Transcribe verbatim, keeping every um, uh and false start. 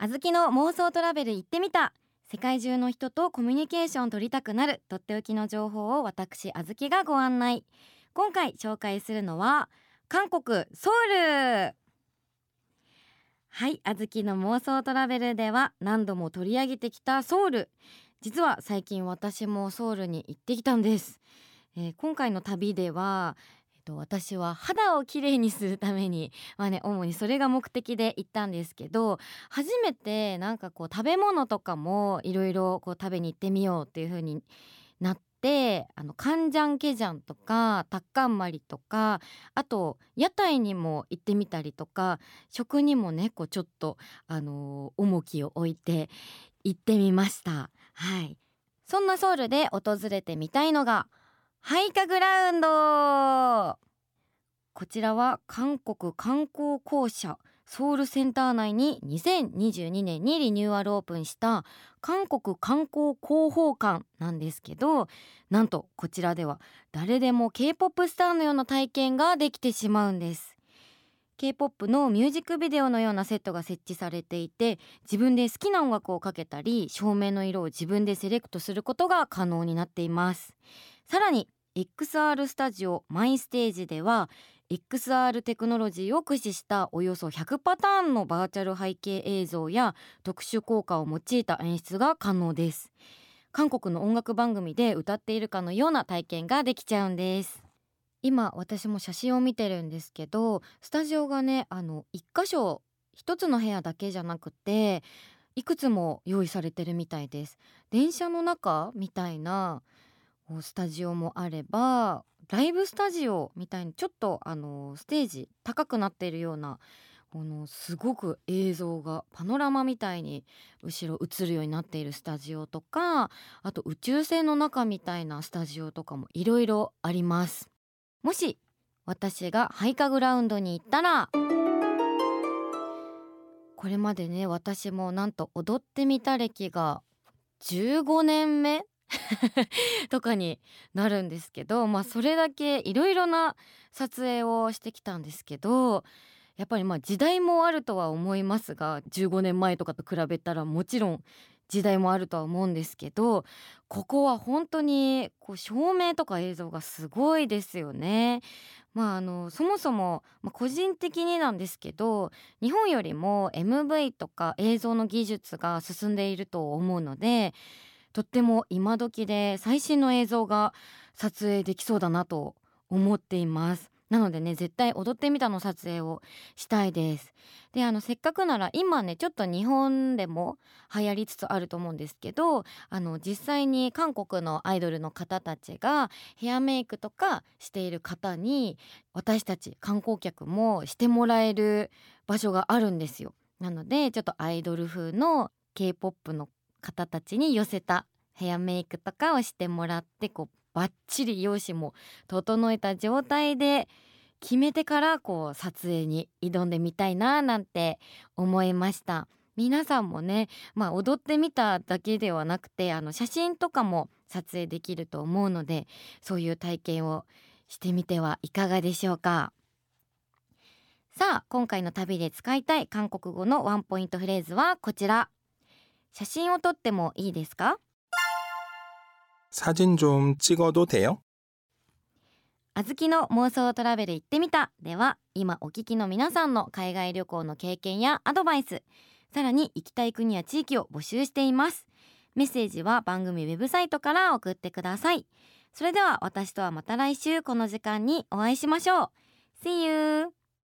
あずきの妄想トラベル行ってみた。世界中の人とコミュニケーション取りたくなるとっておきの情報を私あずきがご案内。今回紹介するのは韓国ソウル。はい、あずきの妄想トラベルでは何度も取り上げてきたソウル。実は最近私もソウルに行ってきたんです、えー、今回の旅ではえっと、私は肌をきれいにするために、まあね、主にそれが目的で行ったんですけど、初めてなんかこう食べ物とかもいろいろこう食べに行ってみようっていう風になって、あのカンジャンケジャンとかタッカンマリとか、あと屋台にも行ってみたりとか、食にもねこうちょっと、あのー重きを置いて行ってみました。はい、そんなソウルで訪れてみたいのがハイカグラウンド。こちらは韓国観光公社ソウルセンター内ににせんにじゅうにねんにリニューアルオープンした韓国観光広報館なんですけど、なんとこちらでは誰でも K-ポップ スターのような体験ができてしまうんです。 K-ポップ のミュージックビデオのようなセットが設置されていて、自分で好きな音楽をかけたり照明の色を自分でセレクトすることが可能になっています。さらに エックスアール スタジオマイステージでは エックスアール テクノロジーを駆使したおよそひゃくパターンのバーチャル背景映像や特殊効果を用いた演出が可能です。韓国の音楽番組で歌っているかのような体験ができちゃうんです。今私も写真を見てるんですけど、スタジオがね、あの一箇所一つの部屋だけじゃなくていくつも用意されてるみたいです。電車の中みたいなスタジオもあれば、ライブスタジオみたいにちょっとあのステージ高くなっているような、このすごく映像がパノラマみたいに後ろ映るようになっているスタジオとか、あと宇宙船の中みたいなスタジオとかもいろいろあります。もし私がハイカグラウンドに行ったら、これまでね私もなんと踊ってみた歴がじゅうごねんめとかになるんですけど、まあそれだけいろいろな撮影をしてきたんですけど、やっぱりまあ時代もあるとは思いますが、じゅうごねんまえとかと比べたらもちろん時代もあるとは思うんですけど、ここは本当にこう照明とか映像がすごいですよね。まああのそもそも、まあ、個人的になんですけど、日本よりも エムブイ とか映像の技術が進んでいると思うので、とっても今時で最新の映像が撮影できそうだなと思っています。なのでね、絶対踊ってみたの撮影をしたいです。で、あのせっかくなら今ねちょっと日本でも流行りつつあると思うんですけど、あの実際に韓国のアイドルの方たちがヘアメイクとかしている方に私たち観光客もしてもらえる場所があるんですよ。なのでちょっとアイドル風の K-ポップ の方たちに寄せたヘアメイクとかをしてもらって、こうバッチリ容姿も整えた状態で決めてからこう撮影に挑んでみたいななんて思いました。皆さんもね、まあ踊ってみただけではなくて、あの写真とかも撮影できると思うので、そういう体験をしてみてはいかがでしょうか。さあ、今回の旅で使いたい韓国語のワンポイントフレーズはこちら。写真を撮ってもいいですか？ 사진 좀 찍어도 돼요? あずきの妄想トラベル行ってみたでは、今お聞きの皆さんの海外旅行の経験やアドバイス、さらに行きたい国や地域を募集しています。メッセージは番組ウェブサイトから送ってください。それでは私とはまた来週この時間にお会いしましょう。 See you!